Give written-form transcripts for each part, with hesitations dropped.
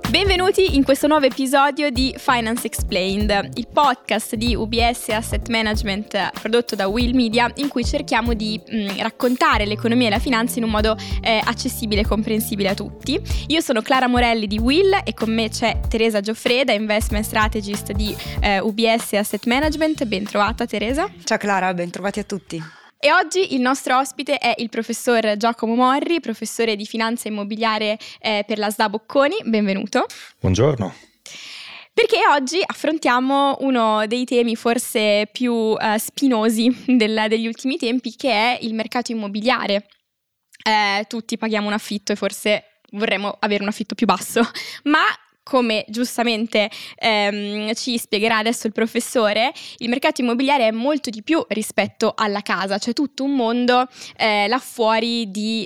Benvenuti in questo nuovo episodio di Finance Explained, il podcast di UBS Asset Management prodotto da Will Media, in cui cerchiamo di raccontare l'economia e la finanza in un modo accessibile e comprensibile a tutti. Io sono Clara Morelli di Will e con me c'è Teresa Gioffreda, Investment Strategist di UBS Asset Management. Ben trovata Teresa. Ciao Clara, ben trovati a tutti. E oggi il nostro ospite è il professor Giacomo Morri, professore di finanza immobiliare per la SDA Bocconi. Benvenuto. Buongiorno. Perché oggi affrontiamo uno dei temi forse più spinosi degli ultimi tempi, che è il mercato immobiliare. Tutti paghiamo un affitto e forse vorremmo avere un affitto più basso, ma come giustamente ci spiegherà adesso il professore, il mercato immobiliare è molto di più rispetto alla casa, c'è tutto un mondo là fuori di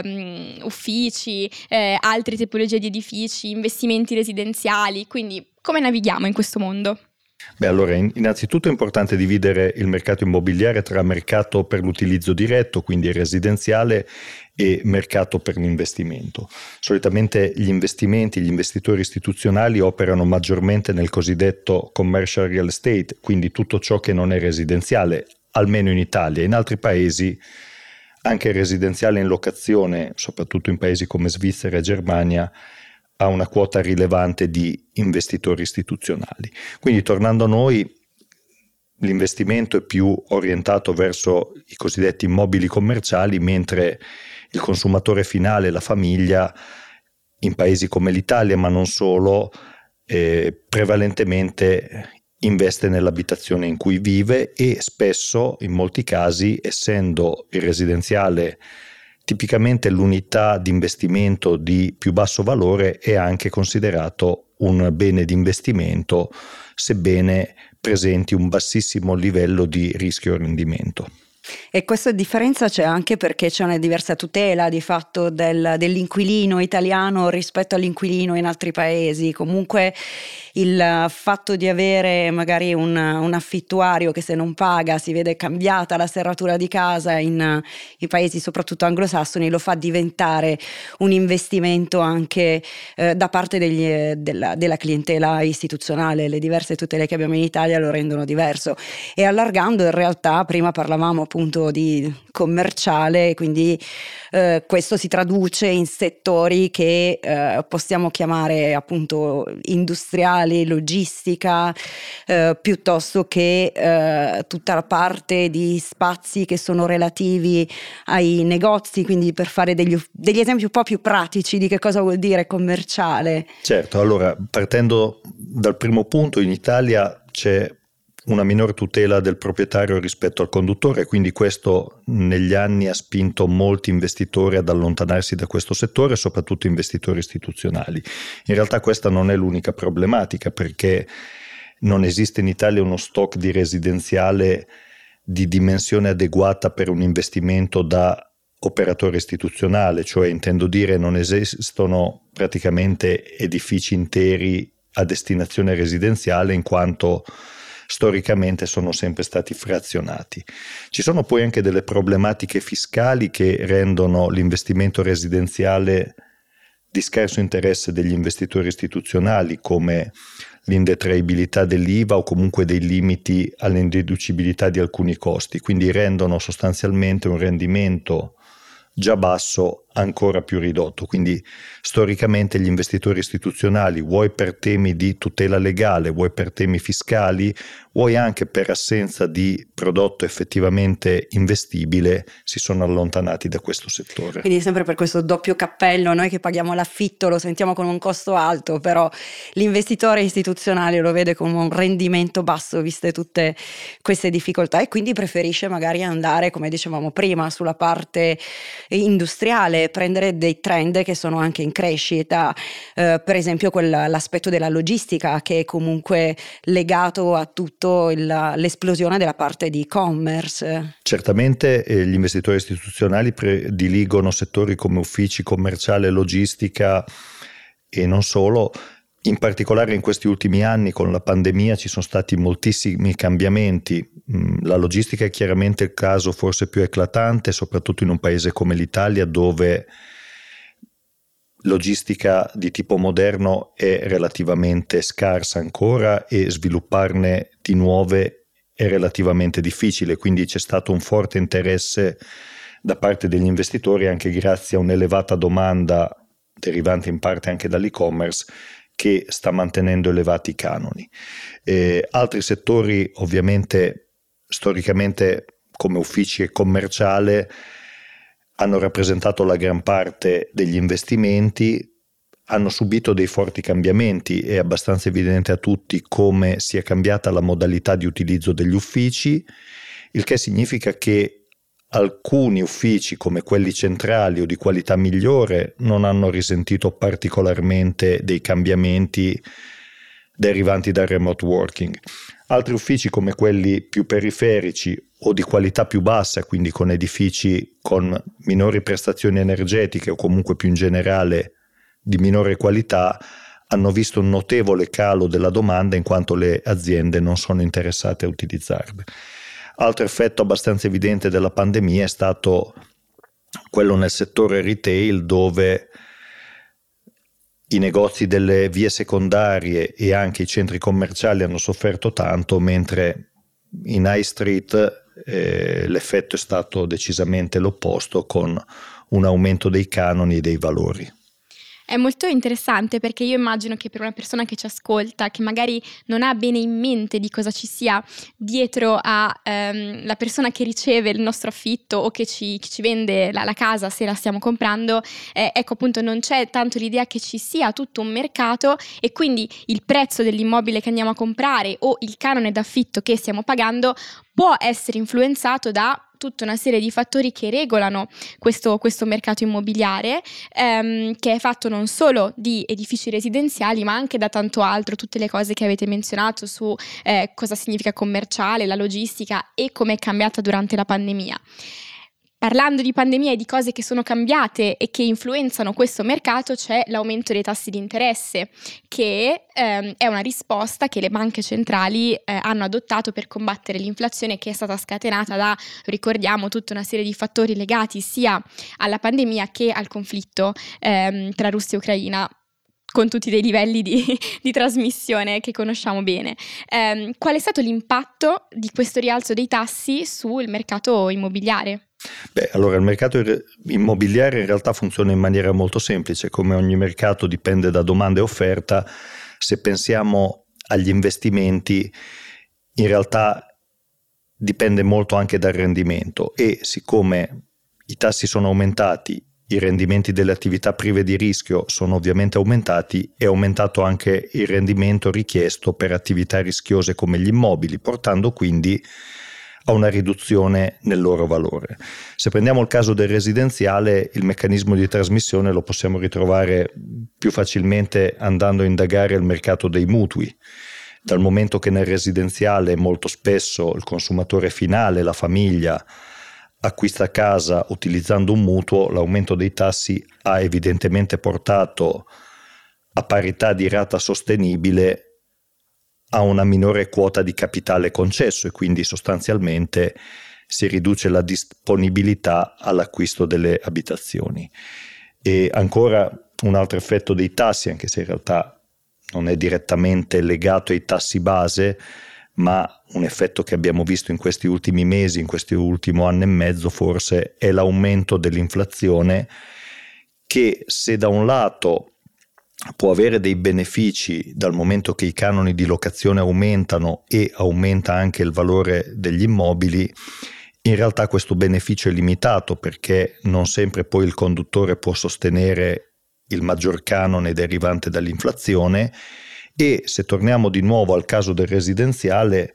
uffici, altre tipologie di edifici, investimenti residenziali, quindi come navighiamo in questo mondo? Beh, allora, innanzitutto è importante dividere il mercato immobiliare tra mercato per l'utilizzo diretto, quindi residenziale, e mercato per l'investimento. Solitamente gli investitori istituzionali operano maggiormente nel cosiddetto commercial real estate, quindi tutto ciò che non è residenziale, almeno in Italia. In altri paesi anche il residenziale in locazione, soprattutto in paesi come Svizzera e Germania, ha una quota rilevante di investitori istituzionali. Quindi, tornando a noi, l'investimento è più orientato verso i cosiddetti immobili commerciali, mentre il consumatore finale, la famiglia, in paesi come l'Italia, ma non solo, prevalentemente investe nell'abitazione in cui vive e spesso, in molti casi, essendo il residenziale tipicamente l'unità di investimento di più basso valore, è anche considerato un bene di investimento, sebbene presenti un bassissimo livello di rischio rendimento. E questa differenza c'è anche perché c'è una diversa tutela di fatto dell'inquilino italiano rispetto all'inquilino in altri paesi. Comunque il fatto di avere magari un affittuario che se non paga si vede cambiata la serratura di casa in paesi soprattutto anglosassoni lo fa diventare un investimento anche da parte della clientela istituzionale. Le diverse tutele che abbiamo in Italia lo rendono diverso, e allargando in realtà prima parlavamo appunto di commerciale, quindi questo si traduce in settori che possiamo chiamare appunto industriali, logistica, piuttosto che tutta la parte di spazi che sono relativi ai negozi, quindi per fare degli esempi un po' più pratici di che cosa vuol dire commerciale. Certo, allora partendo dal primo punto, in Italia c'è una minor tutela del proprietario rispetto al conduttore, quindi questo negli anni ha spinto molti investitori ad allontanarsi da questo settore, soprattutto investitori istituzionali. In realtà questa non è l'unica problematica, perché non esiste in Italia uno stock di residenziale di dimensione adeguata per un investimento da operatore istituzionale, cioè intendo dire non esistono praticamente edifici interi a destinazione residenziale, in quanto storicamente sono sempre stati frazionati. Ci sono poi anche delle problematiche fiscali che rendono l'investimento residenziale di scarso interesse degli investitori istituzionali, come l'indetraibilità dell'IVA o comunque dei limiti all'indeducibilità di alcuni costi, quindi rendono sostanzialmente un rendimento già basso ancora più ridotto. Quindi storicamente gli investitori istituzionali, vuoi per temi di tutela legale, vuoi per temi fiscali, vuoi anche per assenza di prodotto effettivamente investibile, si sono allontanati da questo settore. Quindi sempre per questo doppio cappello, noi che paghiamo l'affitto lo sentiamo come un costo alto, però l'investitore istituzionale lo vede come un rendimento basso viste tutte queste difficoltà, e quindi preferisce magari andare, come dicevamo prima, sulla parte industriale, prendere dei trend che sono anche in crescita, per esempio l'aspetto della logistica, che è comunque legato a tutto l'esplosione della parte di e-commerce. Certamente gli investitori istituzionali prediligono settori come uffici, commerciale, logistica e non solo. In particolare in questi ultimi anni con la pandemia ci sono stati moltissimi cambiamenti. La logistica è chiaramente il caso forse più eclatante, soprattutto in un paese come l'Italia, dove logistica di tipo moderno è relativamente scarsa ancora e svilupparne di nuove è relativamente difficile, quindi c'è stato un forte interesse da parte degli investitori anche grazie a un'elevata domanda derivante in parte anche dall'e-commerce che sta mantenendo elevati canoni. Altri settori ovviamente storicamente come uffici e commerciale hanno rappresentato la gran parte degli investimenti, hanno subito dei forti cambiamenti, è abbastanza evidente a tutti come sia cambiata la modalità di utilizzo degli uffici, il che significa che alcuni uffici come quelli centrali o di qualità migliore non hanno risentito particolarmente dei cambiamenti derivanti dal remote working. Altri uffici come quelli più periferici o di qualità più bassa, quindi con edifici con minori prestazioni energetiche o comunque più in generale di minore qualità, hanno visto un notevole calo della domanda in quanto le aziende non sono interessate a utilizzarle. Altro effetto abbastanza evidente della pandemia è stato quello nel settore retail, dove i negozi delle vie secondarie e anche i centri commerciali hanno sofferto tanto, mentre in high street l'effetto è stato decisamente l'opposto, con un aumento dei canoni e dei valori. È molto interessante perché io immagino che per una persona che ci ascolta, che magari non ha bene in mente di cosa ci sia dietro a la persona che riceve il nostro affitto o che ci vende la casa se la stiamo comprando, ecco appunto non c'è tanto l'idea che ci sia tutto un mercato e quindi il prezzo dell'immobile che andiamo a comprare o il canone d'affitto che stiamo pagando può essere influenzato da tutta una serie di fattori che regolano questo mercato immobiliare, che è fatto non solo di edifici residenziali ma anche da tanto altro, tutte le cose che avete menzionato su cosa significa commerciale, la logistica e come è cambiata durante la pandemia. Parlando di pandemia e di cose che sono cambiate e che influenzano questo mercato, c'è l'aumento dei tassi di interesse, che è una risposta che le banche centrali hanno adottato per combattere l'inflazione, che è stata scatenata da, ricordiamo, tutta una serie di fattori legati sia alla pandemia che al conflitto tra Russia e Ucraina, con tutti dei livelli di trasmissione che conosciamo bene. Qual è stato l'impatto di questo rialzo dei tassi sul mercato immobiliare? Allora il mercato immobiliare in realtà funziona in maniera molto semplice, come ogni mercato dipende da domanda e offerta. Se pensiamo agli investimenti, in realtà dipende molto anche dal rendimento e siccome i tassi sono aumentati, i rendimenti delle attività prive di rischio sono ovviamente aumentati, è aumentato anche il rendimento richiesto per attività rischiose come gli immobili, portando quindi a una riduzione nel loro valore. Se prendiamo il caso del residenziale, il meccanismo di trasmissione lo possiamo ritrovare più facilmente andando a indagare il mercato dei mutui, dal momento che nel residenziale molto spesso il consumatore finale, la famiglia, acquista casa utilizzando un mutuo, l'aumento dei tassi ha evidentemente portato a parità di rata sostenibile a una minore quota di capitale concesso e quindi sostanzialmente si riduce la disponibilità all'acquisto delle abitazioni. E ancora un altro effetto dei tassi, anche se in realtà non è direttamente legato ai tassi base, ma un effetto che abbiamo visto in questi ultimi mesi, in questo ultimo anno e mezzo forse, è l'aumento dell'inflazione, che se da un lato può avere dei benefici dal momento che i canoni di locazione aumentano e aumenta anche il valore degli immobili, in realtà questo beneficio è limitato perché non sempre poi il conduttore può sostenere il maggior canone derivante dall'inflazione e se torniamo di nuovo al caso del residenziale,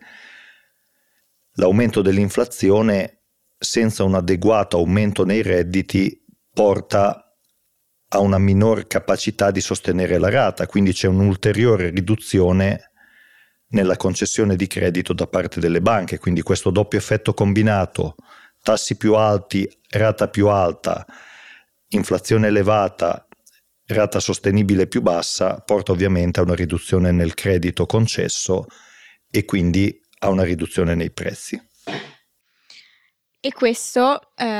l'aumento dell'inflazione senza un adeguato aumento nei redditi porta a una minor capacità di sostenere la rata, quindi c'è un'ulteriore riduzione nella concessione di credito da parte delle banche, quindi questo doppio effetto combinato, tassi più alti, rata più alta, inflazione elevata, rata sostenibile più bassa, porta ovviamente a una riduzione nel credito concesso e quindi a una riduzione nei prezzi. E questo,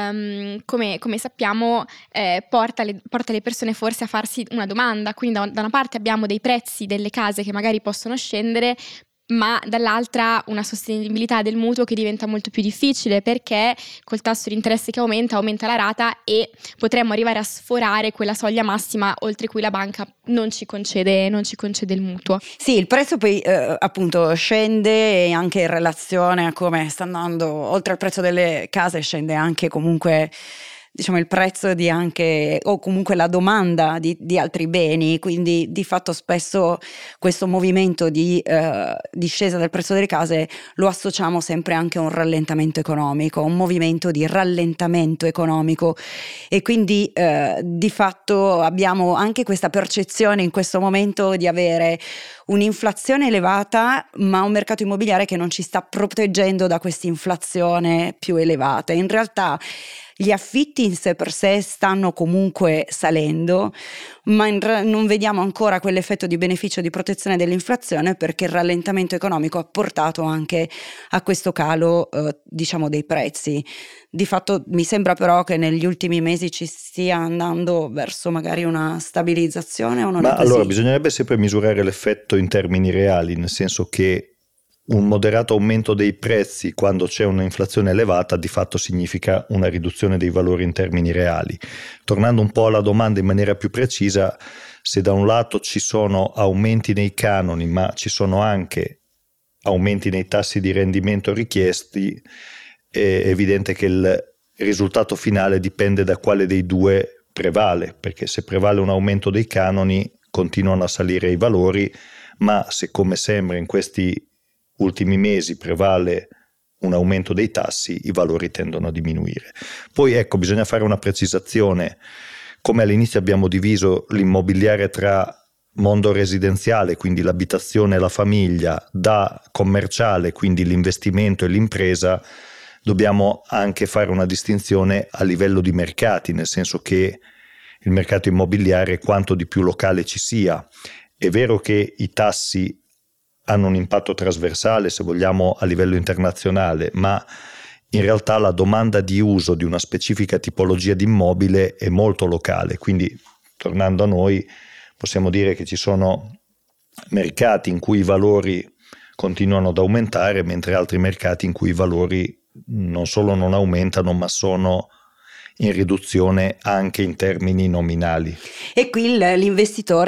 come sappiamo, porta le persone forse a farsi una domanda. Quindi da una parte abbiamo dei prezzi delle case che magari possono scendere, ma dall'altra una sostenibilità del mutuo che diventa molto più difficile, perché col tasso di interesse che aumenta la rata e potremmo arrivare a sforare quella soglia massima oltre cui la banca non ci concede il mutuo. Sì, il prezzo poi appunto scende, e anche in relazione a come sta andando, oltre al prezzo delle case scende anche comunque, diciamo, il prezzo di anche, o comunque la domanda di altri beni, quindi di fatto spesso questo movimento di discesa del prezzo delle case lo associamo sempre anche a un rallentamento economico, un movimento di rallentamento economico, e quindi di fatto abbiamo anche questa percezione in questo momento di avere un'inflazione elevata, ma un mercato immobiliare che non ci sta proteggendo da questa inflazione più elevata. In realtà gli affitti in sé per sé stanno comunque salendo, ma non vediamo ancora quell'effetto di beneficio di protezione dell'inflazione, perché il rallentamento economico ha portato anche a questo calo diciamo dei prezzi. Di fatto mi sembra però che negli ultimi mesi ci stia andando verso magari una stabilizzazione, o non è così? Allora bisognerebbe sempre misurare l'effetto in termini reali, nel senso che un moderato aumento dei prezzi quando c'è un'inflazione elevata di fatto significa una riduzione dei valori in termini reali. Tornando un po' alla domanda in maniera più precisa, se da un lato ci sono aumenti nei canoni, ma ci sono anche aumenti nei tassi di rendimento richiesti, è evidente che il risultato finale dipende da quale dei due prevale, perché se prevale un aumento dei canoni continuano a salire i valori, ma se, come sembra in questi ultimi mesi, prevale un aumento dei tassi, i valori tendono a diminuire. Poi ecco, bisogna fare una precisazione: come all'inizio abbiamo diviso l'immobiliare tra mondo residenziale, quindi l'abitazione e la famiglia, da commerciale, quindi l'investimento e l'impresa, dobbiamo anche fare una distinzione a livello di mercati, nel senso che il mercato immobiliare, quanto di più locale ci sia, è vero che i tassi hanno un impatto trasversale, se vogliamo, a livello internazionale, ma in realtà la domanda di uso di una specifica tipologia di immobile è molto locale. Quindi, tornando a noi, possiamo dire che ci sono mercati in cui i valori continuano ad aumentare, mentre altri mercati in cui i valori non solo non aumentano, ma sono in riduzione anche in termini nominali. E qui l'investitore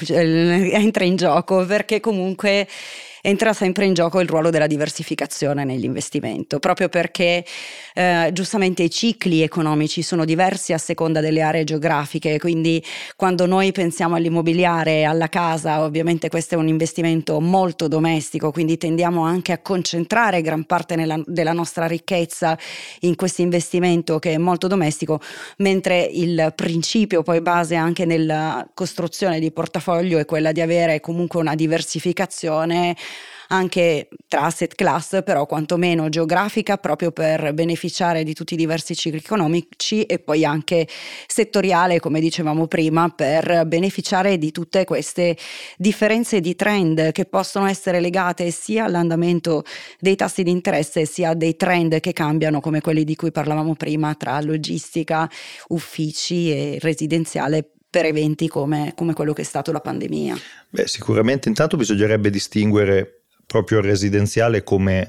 entra in gioco, perché comunque entra sempre in gioco il ruolo della diversificazione nell'investimento, proprio perché giustamente i cicli economici sono diversi a seconda delle aree geografiche. Quindi quando noi pensiamo all'immobiliare, alla casa, ovviamente questo è un investimento molto domestico, quindi tendiamo anche a concentrare gran parte della nostra ricchezza in questo investimento che è molto domestico, mentre il principio poi base anche nella costruzione di portafoglio è quella di avere comunque una diversificazione anche tra asset class, però quantomeno geografica, proprio per beneficiare di tutti i diversi cicli economici, e poi anche settoriale, come dicevamo prima, per beneficiare di tutte queste differenze di trend che possono essere legate sia all'andamento dei tassi di interesse, sia a dei trend che cambiano, come quelli di cui parlavamo prima, tra logistica, uffici e residenziale, per eventi come quello che è stato la pandemia. Sicuramente intanto bisognerebbe distinguere proprio il residenziale come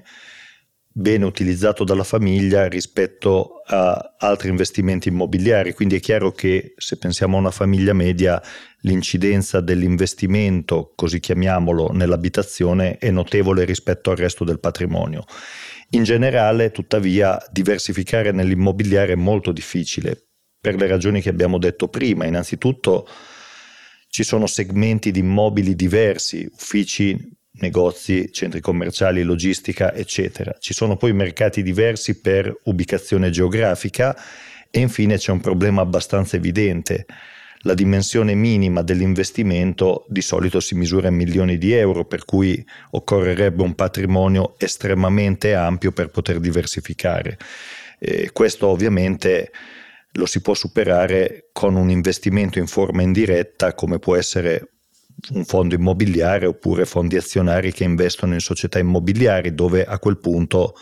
bene utilizzato dalla famiglia rispetto a altri investimenti immobiliari. Quindi è chiaro che se pensiamo a una famiglia media, l'incidenza dell'investimento, così chiamiamolo, nell'abitazione è notevole rispetto al resto del patrimonio. In generale, tuttavia, diversificare nell'immobiliare è molto difficile per le ragioni che abbiamo detto prima. Innanzitutto ci sono segmenti di immobili diversi, uffici, negozi, centri commerciali, logistica, eccetera. Ci sono poi mercati diversi per ubicazione geografica, e infine c'è un problema abbastanza evidente: la dimensione minima dell'investimento di solito si misura in milioni di euro, per cui occorrerebbe un patrimonio estremamente ampio per poter diversificare. Questo ovviamente lo si può superare con un investimento in forma indiretta, come può essere un fondo immobiliare oppure fondi azionari che investono in società immobiliari, dove a quel punto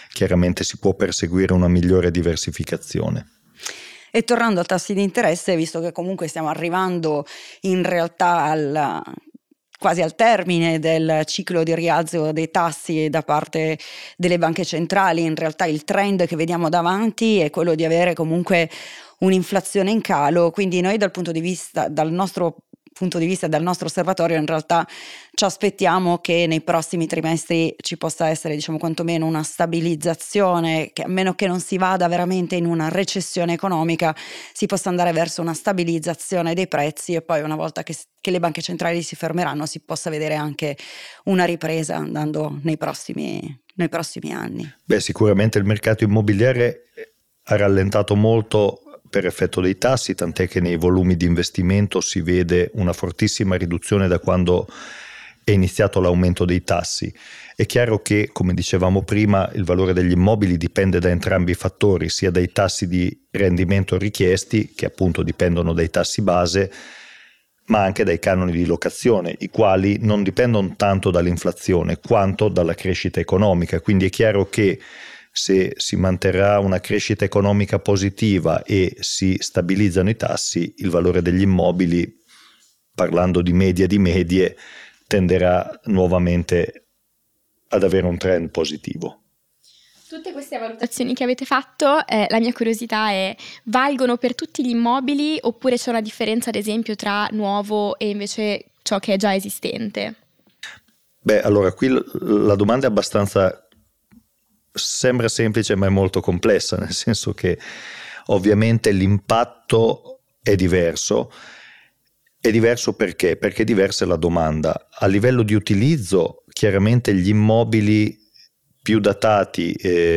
chiaramente si può perseguire una migliore diversificazione. E tornando a tassi di interesse, visto che comunque stiamo arrivando in realtà quasi al termine del ciclo di rialzo dei tassi da parte delle banche centrali, in realtà il trend che vediamo davanti è quello di avere comunque un'inflazione in calo, quindi noi dal nostro punto di vista, dal nostro osservatorio, in realtà ci aspettiamo che nei prossimi trimestri ci possa essere, diciamo, quantomeno una stabilizzazione, che a meno che non si vada veramente in una recessione economica, si possa andare verso una stabilizzazione dei prezzi e poi una volta che le banche centrali si fermeranno si possa vedere anche una ripresa andando nei prossimi anni. Sicuramente il mercato immobiliare ha rallentato molto per effetto dei tassi, tant'è che nei volumi di investimento si vede una fortissima riduzione da quando è iniziato l'aumento dei tassi. È chiaro che, come dicevamo prima, il valore degli immobili dipende da entrambi i fattori, sia dai tassi di rendimento richiesti, che appunto dipendono dai tassi base, ma anche dai canoni di locazione, i quali non dipendono tanto dall'inflazione quanto dalla crescita economica. Quindi è chiaro che se si manterrà una crescita economica positiva e si stabilizzano i tassi, il valore degli immobili, parlando di medie, tenderà nuovamente ad avere un trend positivo. Tutte queste valutazioni che avete fatto, la mia curiosità è: valgono per tutti gli immobili oppure c'è una differenza, ad esempio, tra nuovo e invece ciò che è già esistente? Allora qui la domanda è abbastanza, sembra semplice ma è molto complessa, nel senso che ovviamente l'impatto è diverso. È diverso perché? Perché diversa è la domanda. A livello di utilizzo, chiaramente gli immobili più datati,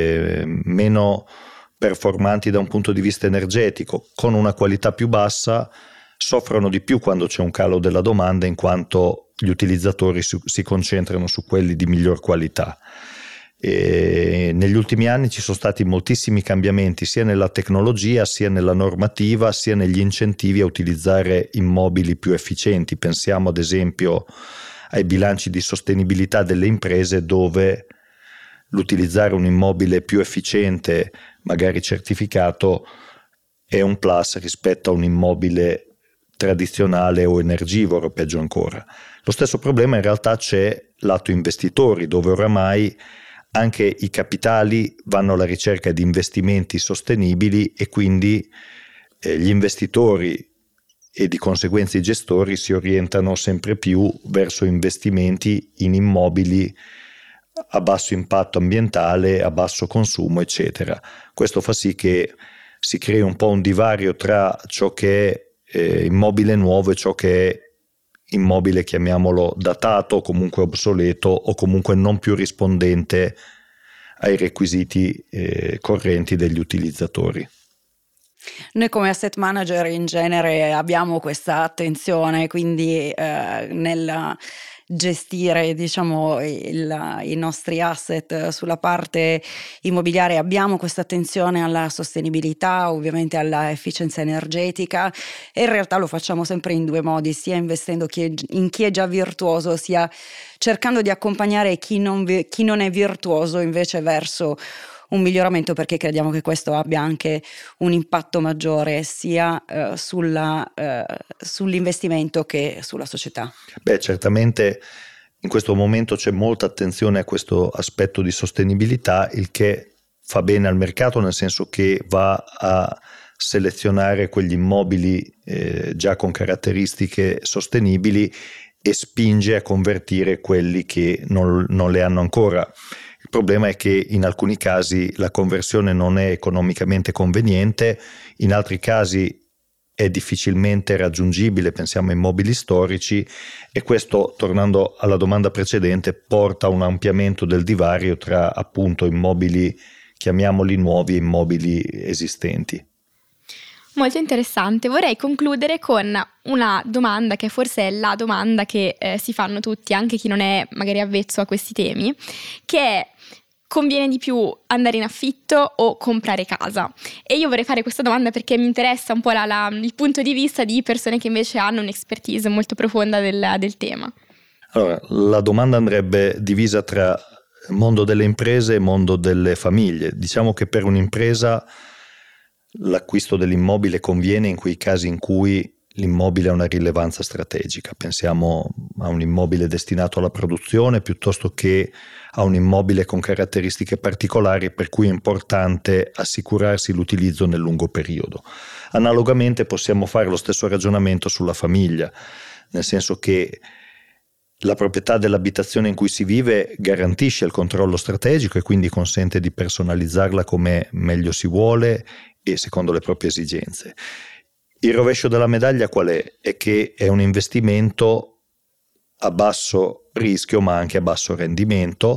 meno performanti da un punto di vista energetico, con una qualità più bassa, soffrono di più quando c'è un calo della domanda, in quanto gli utilizzatori si concentrano su quelli di miglior qualità. Negli ultimi anni ci sono stati moltissimi cambiamenti sia nella tecnologia, sia nella normativa, sia negli incentivi a utilizzare immobili più efficienti. Pensiamo ad esempio ai bilanci di sostenibilità delle imprese, dove l'utilizzare un immobile più efficiente, magari certificato, è un plus rispetto a un immobile tradizionale o energivoro, peggio ancora. Lo stesso problema in realtà c'è lato investitori, dove oramai anche i capitali vanno alla ricerca di investimenti sostenibili e quindi gli investitori e di conseguenza i gestori si orientano sempre più verso investimenti in immobili a basso impatto ambientale, a basso consumo, eccetera. Questo fa sì che si crei un po' un divario tra ciò che è immobile nuovo e ciò che è immobile, chiamiamolo datato, o comunque obsoleto, o comunque non più rispondente ai requisiti correnti degli utilizzatori. Noi come asset manager in genere abbiamo questa attenzione, quindi nel gestire, diciamo, i nostri asset sulla parte immobiliare abbiamo questa attenzione alla sostenibilità, ovviamente alla efficienza energetica, e in realtà lo facciamo sempre in due modi, sia investendo in chi è già virtuoso, sia cercando di accompagnare chi non è virtuoso invece verso un miglioramento, perché crediamo che questo abbia anche un impatto maggiore sia sull'investimento che sulla società. Certamente in questo momento c'è molta attenzione a questo aspetto di sostenibilità, il che fa bene al mercato, nel senso che va a selezionare quegli immobili già con caratteristiche sostenibili e spinge a convertire quelli che non le hanno ancora. Il problema è che in alcuni casi la conversione non è economicamente conveniente, in altri casi è difficilmente raggiungibile, pensiamo a immobili storici, e questo, tornando alla domanda precedente, porta a un ampliamento del divario tra appunto immobili, chiamiamoli nuovi, e immobili esistenti. Molto interessante. Vorrei concludere con una domanda che forse è la domanda che si fanno tutti, anche chi non è magari avvezzo a questi temi, che è: conviene di più andare in affitto o comprare casa? E io vorrei fare questa domanda perché mi interessa un po' il punto di vista di persone che invece hanno un'expertise molto profonda del tema. Allora, la domanda andrebbe divisa tra mondo delle imprese e mondo delle famiglie. Diciamo che per un'impresa l'acquisto dell'immobile conviene in quei casi in cui l'immobile ha una rilevanza strategica. Pensiamo a un immobile destinato alla produzione piuttosto che a un immobile con caratteristiche particolari per cui è importante assicurarsi l'utilizzo nel lungo periodo. Analogamente possiamo fare lo stesso ragionamento sulla famiglia, nel senso che la proprietà dell'abitazione in cui si vive garantisce il controllo strategico e quindi consente di personalizzarla come meglio si vuole e secondo le proprie esigenze. Il rovescio della medaglia qual è? È che è un investimento a basso rischio ma anche a basso rendimento,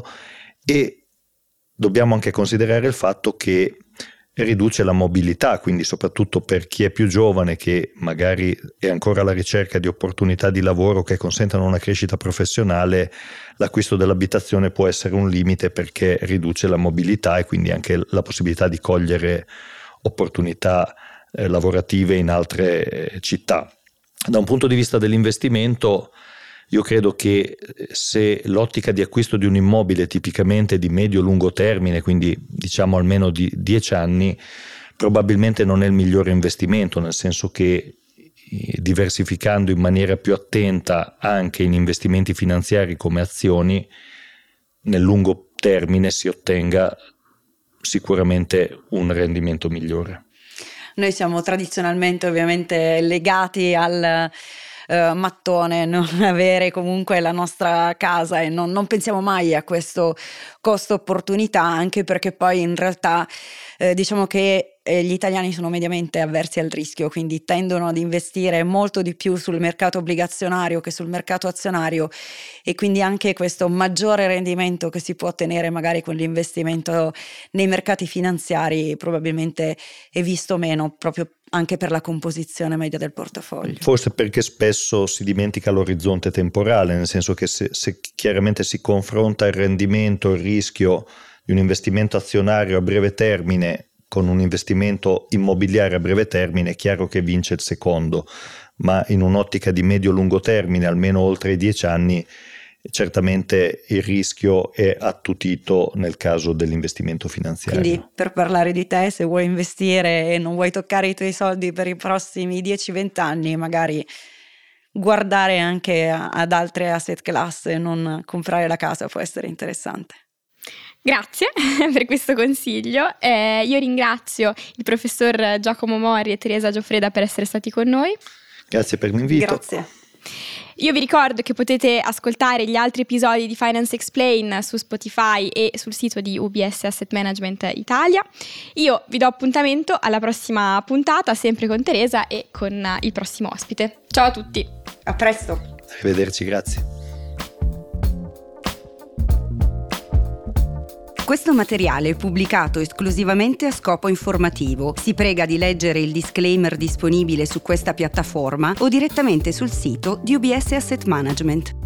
e dobbiamo anche considerare il fatto che riduce la mobilità, quindi soprattutto per chi è più giovane che magari è ancora alla ricerca di opportunità di lavoro che consentano una crescita professionale, l'acquisto dell'abitazione può essere un limite perché riduce la mobilità e quindi anche la possibilità di cogliere opportunità lavorative in altre città. Da un punto di vista dell'investimento, io credo che se l'ottica di acquisto di un immobile tipicamente di medio-lungo termine, quindi diciamo almeno di 10 anni, probabilmente non è il migliore investimento, nel senso che diversificando in maniera più attenta anche in investimenti finanziari come azioni, nel lungo termine si ottenga sicuramente un rendimento migliore. Noi siamo tradizionalmente ovviamente legati al mattone, non avere comunque la nostra casa, e non pensiamo mai a questo costo opportunità, anche perché poi in realtà diciamo che gli italiani sono mediamente avversi al rischio, quindi tendono ad investire molto di più sul mercato obbligazionario che sul mercato azionario, e quindi anche questo maggiore rendimento che si può ottenere magari con l'investimento nei mercati finanziari probabilmente è visto meno, proprio anche per la composizione media del portafoglio. Forse perché spesso si dimentica l'orizzonte temporale, nel senso che se chiaramente si confronta il rendimento, il rischio di un investimento azionario a breve termine con un investimento immobiliare a breve termine, è chiaro che vince il secondo, ma in un'ottica di medio-lungo termine, almeno oltre i 10 anni, certamente il rischio è attutito nel caso dell'investimento finanziario. Quindi, per parlare di te, se vuoi investire e non vuoi toccare i tuoi soldi per i prossimi 10-20 anni, magari guardare anche ad altre asset class e non comprare la casa può essere interessante. Grazie per questo consiglio. Io ringrazio il professor Giacomo Mori e Teresa Gioffreda per essere stati con noi. Grazie per l'invito. Grazie. Io vi ricordo che potete ascoltare gli altri episodi di Finance Explain su Spotify e sul sito di UBS Asset Management Italia. Io vi do appuntamento alla prossima puntata, sempre con Teresa e con il prossimo ospite. Ciao a tutti. A presto. Arrivederci, grazie. Questo materiale è pubblicato esclusivamente a scopo informativo. Si prega di leggere il disclaimer disponibile su questa piattaforma o direttamente sul sito di UBS Asset Management.